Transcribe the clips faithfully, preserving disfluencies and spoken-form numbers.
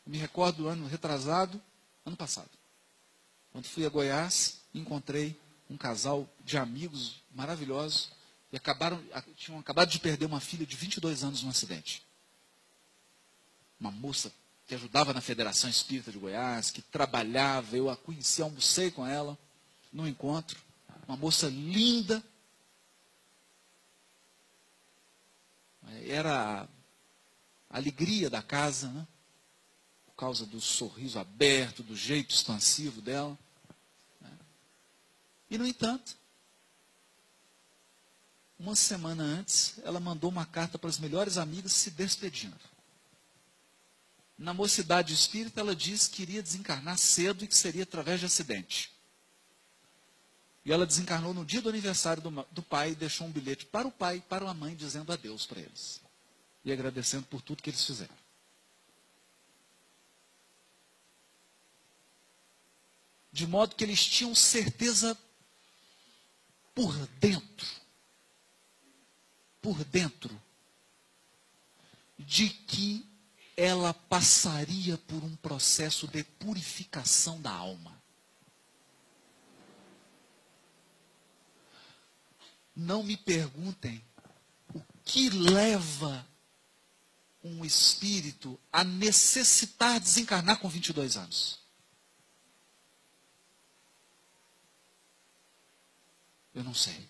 Me recordo do ano retrasado, ano passado, quando fui a Goiás, encontrei um casal de amigos maravilhosos e acabaram, tinham acabado de perder uma filha de vinte e dois anos num acidente. Uma moça que ajudava na Federação Espírita de Goiás, que trabalhava, eu a conheci, almocei com ela no encontro. Uma moça linda. Era a alegria da casa, né? Por causa do sorriso aberto, do jeito expansivo dela. Né? E, no entanto, uma semana antes, ela mandou uma carta para as melhores amigas se despedindo. Na mocidade espírita, ela disse que iria desencarnar cedo e que seria através de acidente. E ela desencarnou no dia do aniversário do, do pai e deixou um bilhete para o pai e para a mãe, dizendo adeus para eles. E agradecendo por tudo que eles fizeram. De modo que eles tinham certeza por dentro, por dentro, de que ela passaria por um processo de purificação da alma. Não me perguntem o que leva um espírito a necessitar desencarnar com vinte e dois anos. Eu não sei.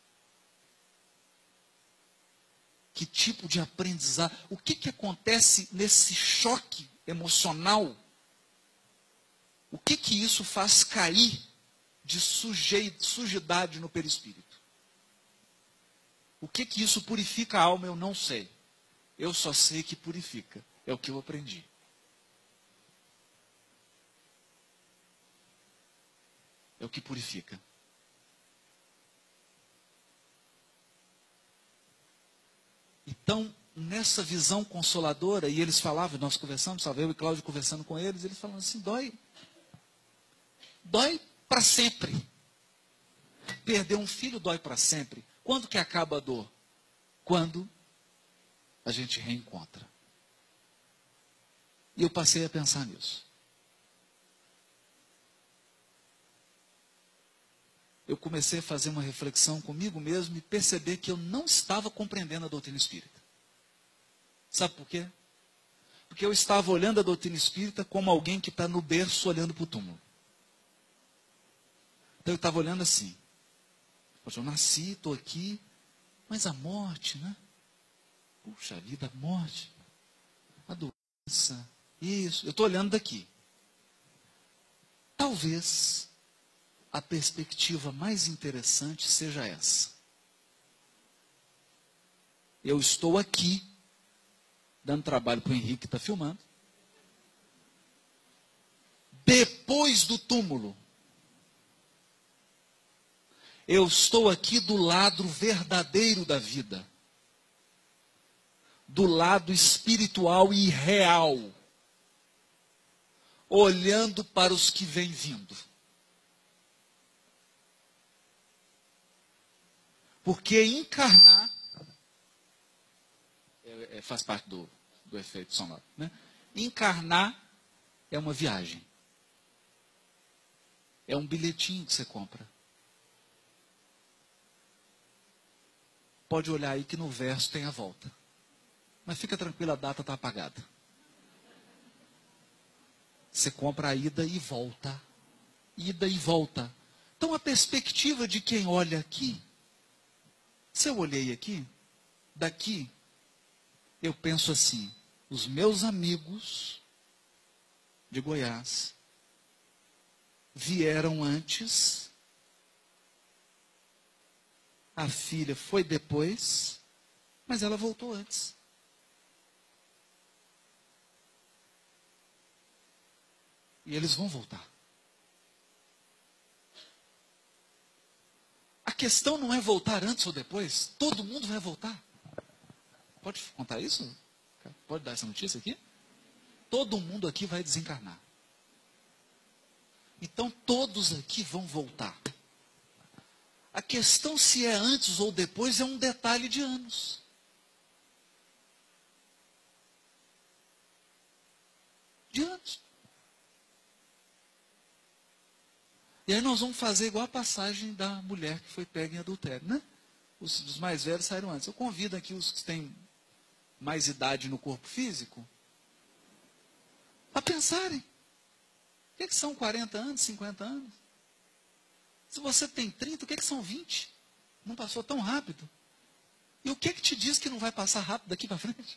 Que tipo de aprendizado, o que, que acontece nesse choque emocional? O que, que isso faz cair de sujei, sujidade no perispírito? O que, que isso purifica a alma? Eu não sei. Eu só sei que purifica. É o que eu aprendi. É o que purifica. Então, nessa visão consoladora, e eles falavam, nós conversamos, eu e Cláudio conversando com eles, eles falavam assim, dói. Dói para sempre. Perder um filho dói para sempre. Quando que acaba a dor? Quando a gente reencontra. E eu passei a pensar nisso. Eu comecei a fazer uma reflexão comigo mesmo e perceber que eu não estava compreendendo a doutrina espírita. Sabe por quê? Porque eu estava olhando a doutrina espírita como alguém que está no berço olhando para o túmulo. Então eu estava olhando assim. Eu nasci, estou aqui, mas a morte, né? Puxa vida, a morte, a doença, isso. Eu estou olhando daqui. Talvez a perspectiva mais interessante seja essa. Eu estou aqui, dando trabalho para o Henrique que está filmando. Depois do túmulo, eu estou aqui do lado verdadeiro da vida. Do lado espiritual e real. Olhando para os que vêm vindo. Porque encarnar é, é, faz parte do, do efeito sonoro. Né? Encarnar é uma viagem. É um bilhetinho que você compra. Pode olhar aí que no verso tem a volta. Mas fica tranquilo, a data está apagada. Você compra a ida e volta. Ida e volta. Então a perspectiva de quem olha aqui, se eu olhei aqui, daqui, eu penso assim, os meus amigos de Goiás vieram antes, a filha foi depois, mas ela voltou antes. E eles vão voltar. A questão não é voltar antes ou depois. Todo mundo vai voltar. Pode contar isso? Pode dar essa notícia aqui? Todo mundo aqui vai desencarnar. Então todos aqui vão voltar. A questão se é antes ou depois é um detalhe de anos. de anos. E aí nós vamos fazer igual a passagem da mulher que foi pega em adultério, né? Os, os mais velhos saíram antes. Eu convido aqui os que têm mais idade no corpo físico a pensarem. O que, é que são quarenta anos, cinquenta anos? Se você tem trinta, o que, é que são vinte? Não passou tão rápido. E o que é que te diz que não vai passar rápido daqui para frente?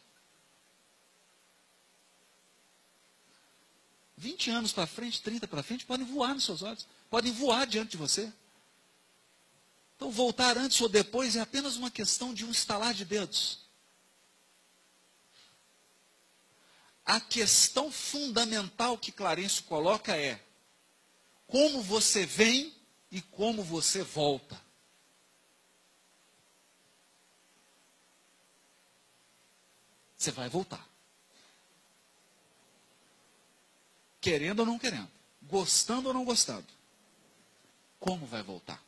vinte anos para frente, trinta para frente, podem voar nos seus olhos. Podem voar diante de você. Então, voltar antes ou depois é apenas uma questão de um estalar de dedos. A questão fundamental que Clarencio coloca é como você vem e como você volta. Você vai voltar. Querendo ou não querendo. Gostando ou não gostando. Como vai voltar?